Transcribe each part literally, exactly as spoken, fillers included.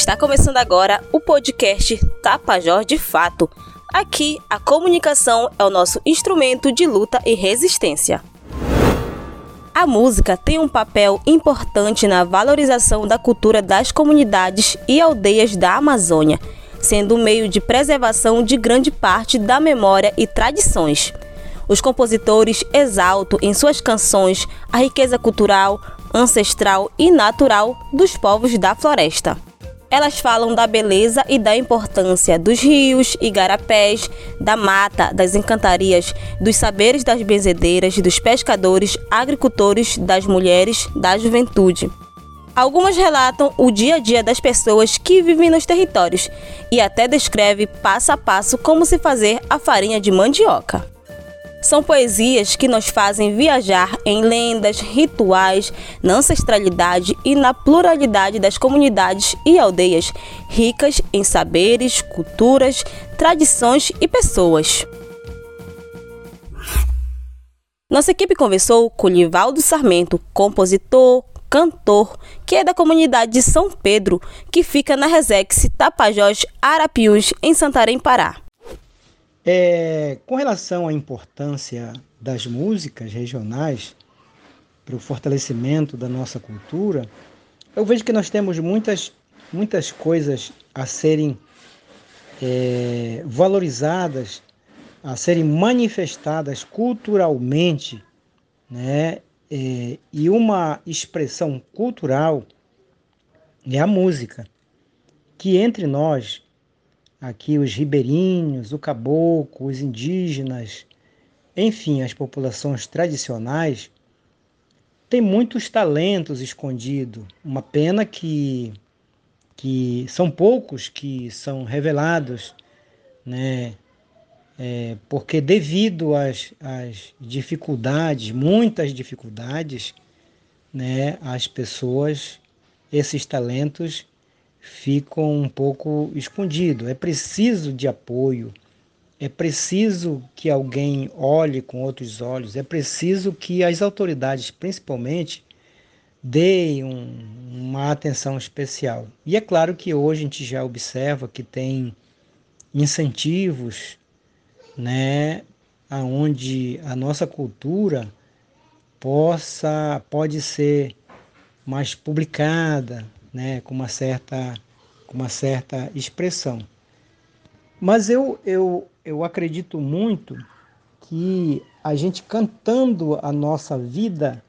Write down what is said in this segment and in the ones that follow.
Está começando agora o podcast Tapajós de Fato. Aqui, a comunicação é o nosso instrumento de luta e resistência. A música tem um papel importante na valorização da cultura das comunidades e aldeias da Amazônia, sendo um meio de preservação de grande parte da memória e tradições. Os compositores exaltam em suas canções a riqueza cultural, ancestral e natural dos povos da floresta. Elas falam da beleza e da importância dos rios, igarapés, da mata, das encantarias, dos saberes das benzedeiras, dos pescadores, agricultores, das mulheres, da juventude. Algumas relatam o dia a dia das pessoas que vivem nos territórios e até descreve passo a passo como se fazer a farinha de mandioca. São poesias que nos fazem viajar em lendas, rituais, na ancestralidade e na pluralidade das comunidades e aldeias, ricas em saberes, culturas, tradições e pessoas. Nossa equipe conversou com Livaldo Sarmento, compositor, cantor, que é da comunidade de São Pedro, que fica na Resex Tapajós Arapiuns, em Santarém, Pará. É, com relação à importância das músicas regionais para o fortalecimento da nossa cultura, eu vejo que nós temos muitas, muitas coisas a serem é, valorizadas, a serem manifestadas culturalmente, né? É, e uma expressão cultural é a música, que entre nós, aqui os ribeirinhos, o caboclo, os indígenas, enfim, as populações tradicionais, tem muitos talentos escondidos. Uma pena que, que são poucos que são revelados, né? É, porque devido às, às dificuldades, muitas dificuldades, né, as pessoas, esses talentos ficam um pouco escondidos. É preciso de apoio, é preciso que alguém olhe com outros olhos, é preciso que as autoridades, principalmente, deem um, uma atenção especial. E é claro que hoje a gente já observa que tem incentivos, né, aonde a nossa cultura possa, pode ser mais publicada, né, com uma certa, com uma certa expressão. Mas eu, eu, eu acredito muito que a gente cantando a nossa vida,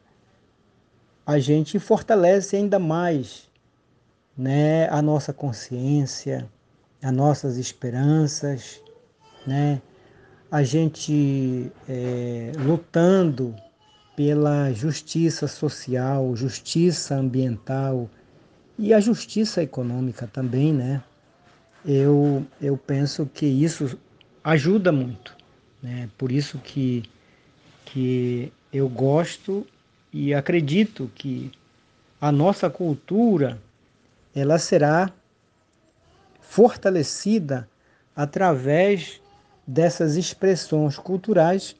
a gente fortalece ainda mais, né, a nossa consciência, as nossas esperanças, né, a gente é, lutando pela justiça social, justiça ambiental, e a justiça econômica também, né? Eu, eu penso que isso ajuda muito, né? Por isso que, que eu gosto e acredito que a nossa cultura ela será fortalecida através dessas expressões culturais,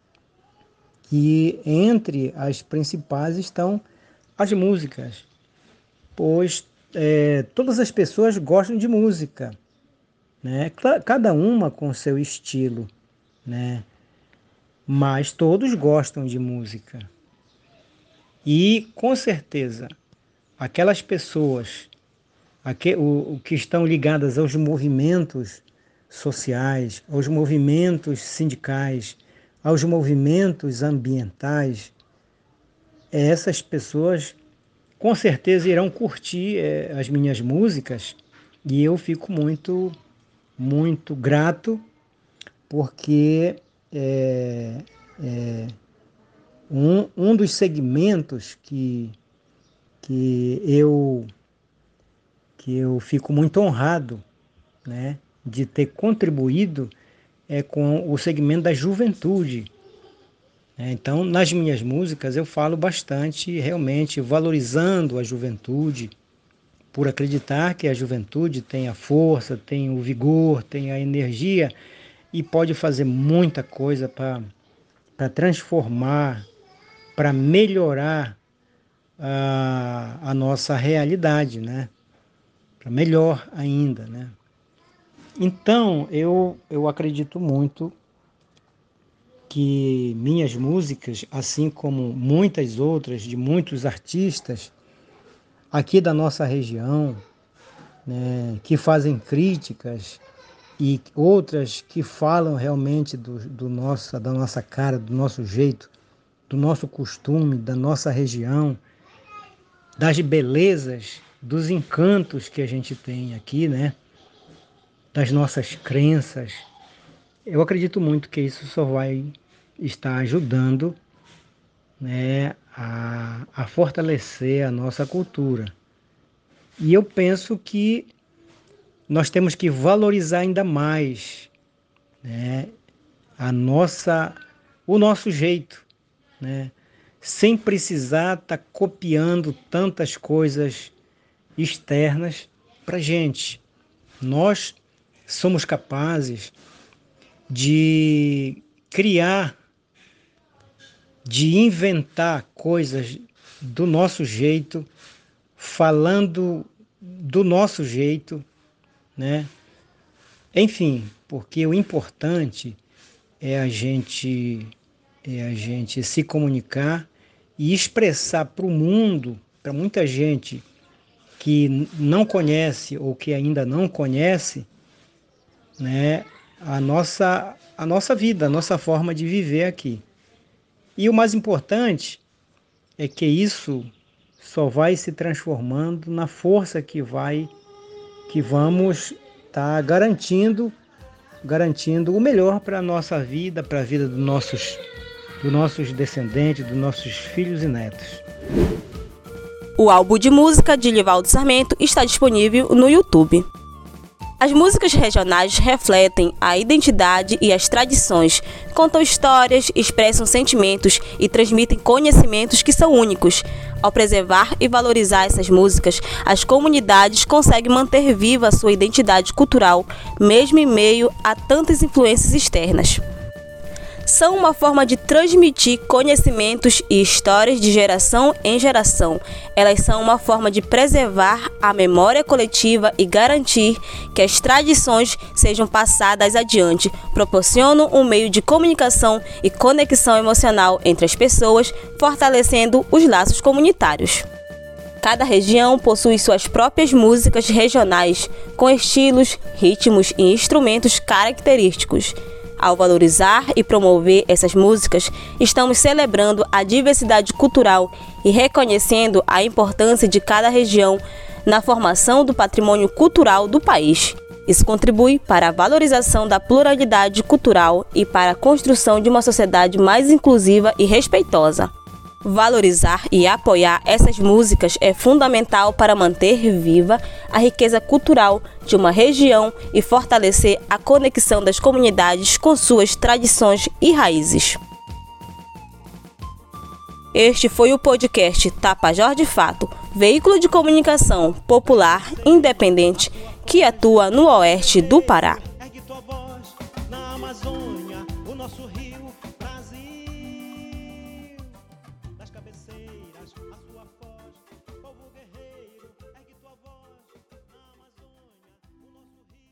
que entre as principais estão as músicas, pois é, todas as pessoas gostam de música, né? Cada uma com seu estilo, né? Mas todos gostam de música. E, com certeza, aquelas pessoas aqu- o, o que estão ligadas aos movimentos sociais, aos movimentos sindicais, aos movimentos ambientais, essas pessoas com certeza irão curtir é, as minhas músicas, e eu fico muito, muito grato, porque é, é, um, um dos segmentos que, que, eu, que eu fico muito honrado, né, de ter contribuído é com o segmento da juventude. Então, nas minhas músicas eu falo bastante, realmente valorizando a juventude, por acreditar que a juventude tem a força, tem o vigor, tem a energia e pode fazer muita coisa para para transformar, para melhorar a, a nossa realidade, né? para melhor ainda, né? Então, eu, eu acredito muito que minhas músicas, assim como muitas outras de muitos artistas aqui da nossa região, né, que fazem críticas e outras que falam realmente do, do nosso, da nossa cara, do nosso jeito, do nosso costume, da nossa região, das belezas, dos encantos que a gente tem aqui, né? Das nossas crenças. Eu acredito muito que isso só vai estar ajudando, né, a, a fortalecer a nossa cultura. E eu penso que nós temos que valorizar ainda mais, né, a nossa, o nosso jeito, né, sem precisar estar tá copiando tantas coisas externas para a gente. Nós somos capazes de criar, de inventar coisas do nosso jeito, falando do nosso jeito, né? Enfim, porque o importante é a gente, é a gente se comunicar e expressar para o mundo, para muita gente que não conhece ou que ainda não conhece, né, a nossa, a nossa vida, a nossa forma de viver aqui. E o mais importante é que isso só vai se transformando na força que vai, que vamos estar tá garantindo, garantindo o melhor para a nossa vida, para a vida dos nossos, dos nossos descendentes, dos nossos filhos e netos. O álbum de música de Livaldo Sarmento está disponível no YouTube. As músicas regionais refletem a identidade e as tradições, contam histórias, expressam sentimentos e transmitem conhecimentos que são únicos. Ao preservar e valorizar essas músicas, as comunidades conseguem manter viva a sua identidade cultural, mesmo em meio a tantas influências externas. São uma forma de transmitir conhecimentos e histórias de geração em geração. Elas são uma forma de preservar a memória coletiva e garantir que as tradições sejam passadas adiante, proporcionam um meio de comunicação e conexão emocional entre as pessoas, fortalecendo os laços comunitários. Cada região possui suas próprias músicas regionais, com estilos, ritmos e instrumentos característicos. Ao valorizar e promover essas músicas, estamos celebrando a diversidade cultural e reconhecendo a importância de cada região na formação do patrimônio cultural do país. Isso contribui para a valorização da pluralidade cultural e para a construção de uma sociedade mais inclusiva e respeitosa. Valorizar e apoiar essas músicas é fundamental para manter viva a riqueza cultural de uma região e fortalecer a conexão das comunidades com suas tradições e raízes. Este foi o podcast Tapajós de Fato, veículo de comunicação popular independente que atua no oeste do Pará.